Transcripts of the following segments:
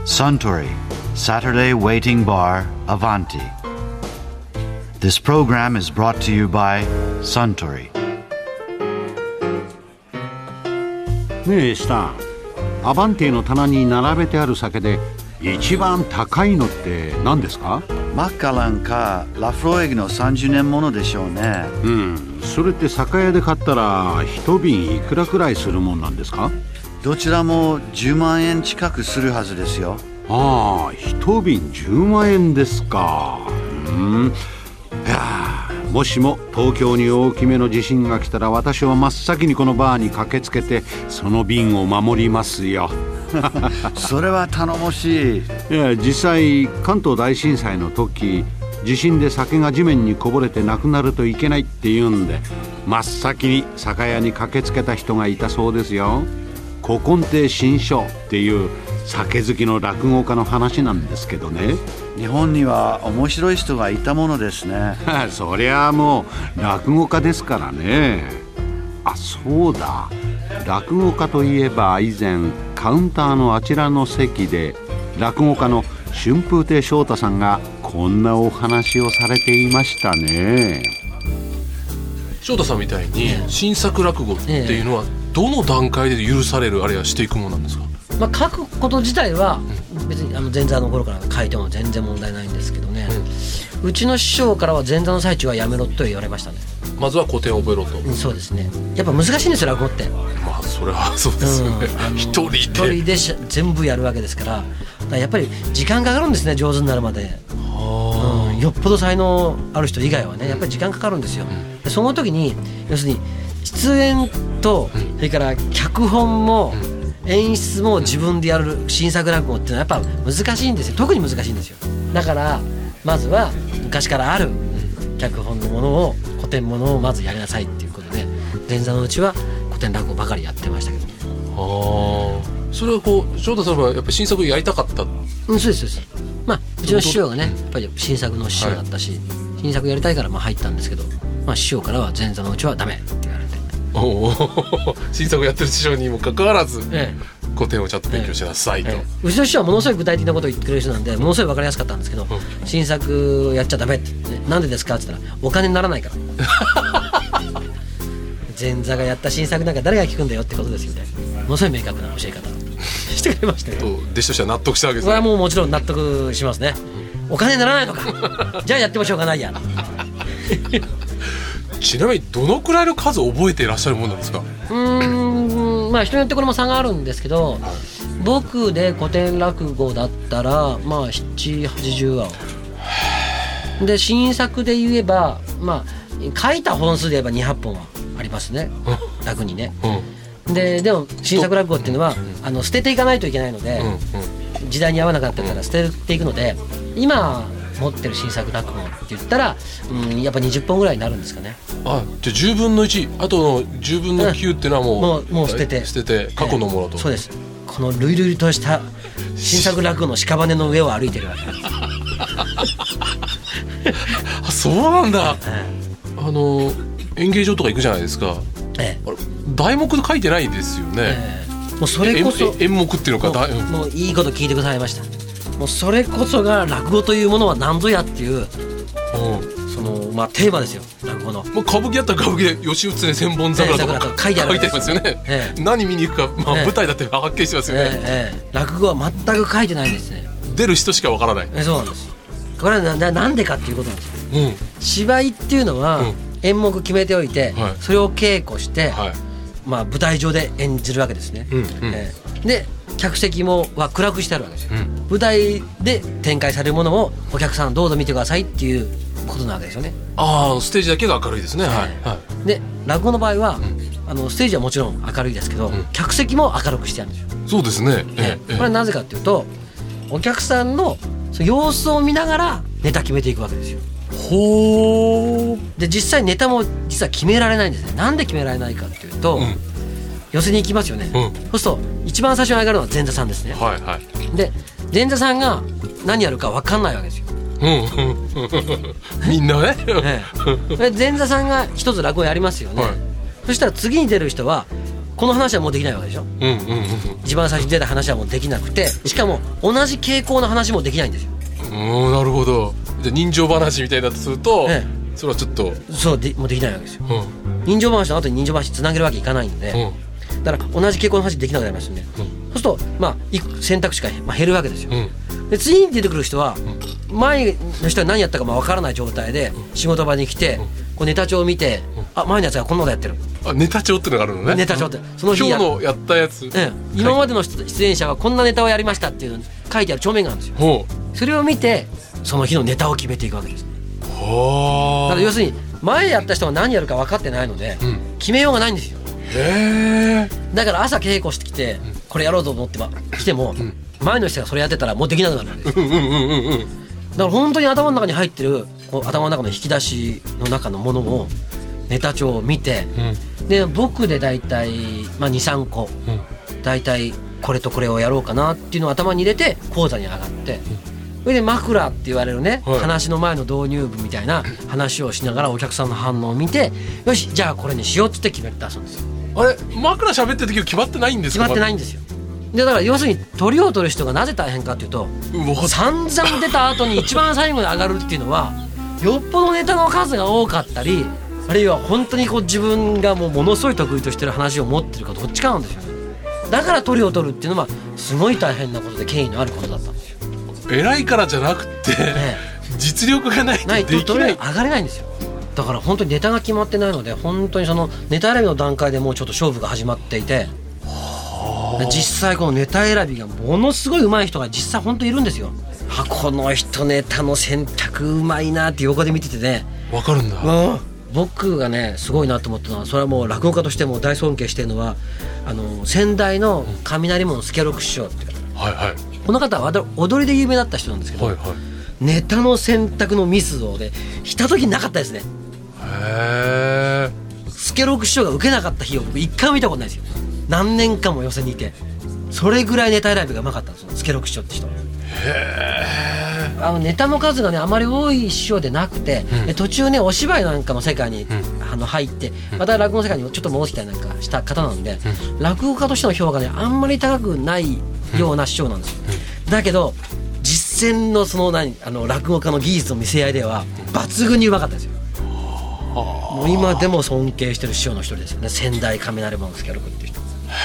Suntory Saturday Waiting Bar Avanti. This program is brought to you by Suntory. ねえスタン、アバンティの棚に並べてある酒で一番高いのって何ですか？ マッカランかラフロエグの30年ものでしょうね。 それって酒屋で買ったら一瓶いくらくらいするもんなんですか？ どちらも10万円近くするはずですよ。 ああ、一瓶10万円ですか。いや、もしも東京に大きめの地震が来たら私は真っ先にこのバーに駆けつけてその瓶を守りますよ。 それは頼もしい。 いや、実際関東大震災の時、地震で酒が地面にこぼれてなくなるといけないっていうんで真っ先に酒屋に駆けつけた人がいたそうですよ。古今亭新書っていう酒好きの落語家の話なんですけどね。 日本には面白い人がいたものですね。 そりゃもう落語家ですからね。あ、そうだ、落語家といえば以前カウンターのあちらの席で落語家の春風亭昇太さんがこんなお話をされていましたね。 翔太さんみたいに新作落語っていうのはどの段階で許される、あるいはしていくものなんですか？ 書くこと自体は別に前座の頃から書いても全然問題ないんですけどね、うちの師匠からは前座の最中はやめろと言われましたね。 まずは古典を覚えろと。 そうですね。やっぱ難しいんですよ落語って。 まあそれはそうですよね。一人で全部やるわけですから、だからやっぱり時間かかるんですね、上手になるまで。よっぽど才能ある人以外はねやっぱり時間かかるんですよ。でその時に要するに出演とそれから脚本も演出も自分でやる新作落語っていうのはやっぱ難しいんですよ。特に難しいんですよ。だからまずは昔からある脚本のものを、古典ものをまずやりなさいっていうことで前座のうちは古典落語ばかりやってましたけど。 それはこう翔太さんはやっぱり新作やりたかった？ そうですそうです。うちの師匠がねやっぱり新作の師匠だったし、新作やりたいから入ったんですけど、師匠からは前座のうちはダメって言われて。 新作やってる師匠にもかかわらず、古典をちゃんと勉強しなさいと、 うちの師匠はものすごい具体的なことを言ってくれる人なんでものすごい分かりやすかったんですけど、新作やっちゃダメって言って、なんでですかって言ったらお金にならないから前座がやった新作なんか誰が聞くんだよってことですよね。ものすごい明確な教え方してくれましたよ。 弟子としては納得したわけですね。 これはもうもちろん納得しますね。お金にならないのかじゃあやってもしょうがないやちなみにどのくらいの数覚えていらっしゃるものなんですか？ 人によってこれも差があるんですけど、僕で古典落語だったら7、80話で、新作で言えば書いた本数で言えば200本はありますね、楽にね。でも新作落語っていうのは捨てていかないといけないので、時代に合わなかったから捨てていくので、今持ってる新作落語って言ったら、やっぱ20本ぐらいになるんですかね。 じゃあ10分の1、あとの10分の9っていうのはもう捨てて過去のものと。 そうです。このルイルイとした新作落語の屍の上を歩いてるわけですそうなんだ。演芸場とか行くじゃないですか、題目書いてないですよね、 もうそれこそ演目っていうのかもういいこと聞いてくださいました。もうそれこそが落語というものは何ぞやっていう、そのテーマですよ落語の。 歌舞伎だったら歌舞伎で吉内千本桜とか書いてありますよね、何見に行くか、舞台だってはっきりしてますよね、 落語は全く書いてないんですね。 出る人しかわからない、 そうなんです。これはなんでかっていうことなんですよ、芝居っていうのは、演目決めておいて、それを稽古して、舞台上で演じるわけですね、で客席もは暗くしてあるわけですよ、舞台で展開されるものをお客さんどうぞ見てくださいっていうことなわけですよね。 ステージだけが明るいですね、 で落語の場合はステージはもちろん明るいですけど、客席も明るくしてあるんですよ。 そうですね、 これはなぜかっていうと、お客さんの様子を見ながらネタ決めていくわけですよ。で実際ネタも実は決められないんですね。なんで決められないかっていうと、寄せに行きますよね、そうすると一番最初に上がるのは前座さんですね、で前座さんが何やるか分かんないわけですよ、 みんなね、 前座さんが一つ落語やりますよね、そしたら次に出る人はこの話はもうできないわけでしょ、一番最初に出た話はもうできなくて、しかも同じ傾向の話もできないんですよ。 なるほど。じゃあ人情話みたいだとすると、それはちょっとそうでもうできないわけですよ、人情話の後に人情話つなげるわけいかないんで、だから同じ傾向の話できなくなりますよね、そうすると選択肢が減るわけですよ、で次に出てくる人は、前の人は何やったかもわからない状態で仕事場に来て、こうネタ帳を見て、前のやつがこんなことやってる、 ネタ帳ってのがあるのね。 ネタ帳ってその日今日のやったやつ、 今までの出演者はこんなネタをやりましたっていう書いてある帳面があるんですよ。それを見てその日のネタを決めていくわけです。だから要するに前やった人が何やるか分かってないので、決めようがないんですよ。だから朝稽古してきて、これやろうと思って来ても、前の人がそれやってたらもうできなくなるんですよ。だから本当に頭の中に入ってる頭の中の引き出しの中のものをネタ帳を見て、で僕で大体、2、3個、大体これとこれをやろうかなっていうのを頭に入れて講座に上がって、それで枕って言われるね、話の前の導入部みたいな話をしながらお客さんの反応を見て、よしじゃあこれにしようっつって決めたそうですよ。 あれ枕喋ってる時は決まってないんですか？ 決まってないんですよ。でだから要するに鳥を取る人がなぜ大変かっていうと、散々出た後に一番最後に上がるっていうのはよっぽどネタの数が多かったり、あるいは本当に自分がものすごい得意としてる話を持ってるかどっちかなんですよね。だから鳥を取るっていうのはすごい大変なことで権威のあることだったんですよ。 偉いからじゃなくて、実力がないとできない。 上がれないんですよ。だから本当にネタが決まってないので、本当にそのネタ選びの段階でもうちょっと勝負が始まっていて、実際このネタ選びがものすごい上手い人が実際本当にいるんですよ。この人ネタの選択うまいなって横で見ててね、 分かるんだ。 僕がねすごいなと思ったのは、それはもう落語家としても大尊敬してるのは先代の雷門助六師匠っていう方、この方は踊りで有名だった人なんですけど、ネタの選択のミスをねした時なかったですね。助六師匠が受けなかった日を僕一回も見たことないですよ。何年間も寄席にいて、それぐらいネタ選びがうまかったんですよ、助六師匠って人。ネタの数がねあまり多い師匠でなくて、途中ねお芝居なんかの世界に、入ってまた落語の世界にちょっと戻ってきたりなんかした方なんで、落語家としての評価がねあんまり高くないような師匠なんですよ。だけど実践の落語家の技術の見せ合いでは抜群にうまかったですよ。もう今でも尊敬してる師匠の一人ですよね、先代雷門助六っていう人。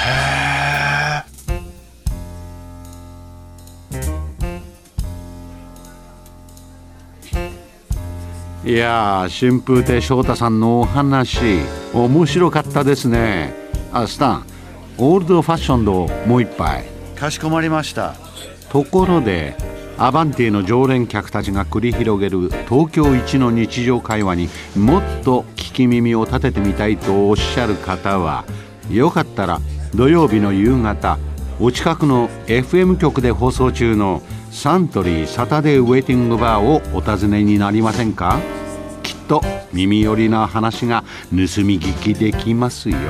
いや春風亭昇太さんのお話面白かったですね。スタンオールドファッションのもう一杯。 かしこまりました。 ところでアバンティの常連客たちが繰り広げる東京一の日常会話にもっと聞き耳を立ててみたいとおっしゃる方は、よかったら土曜日の夕方お近くの FM 局で放送中のサントリーサタデーウェイティングバーをお尋ねになりませんか？きっと耳寄りな話が盗み聞きできますよ。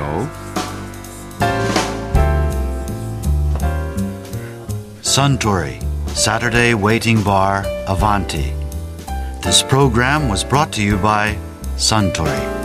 Suntory Saturday Waiting Bar Avanti. This program was brought to you by Suntory.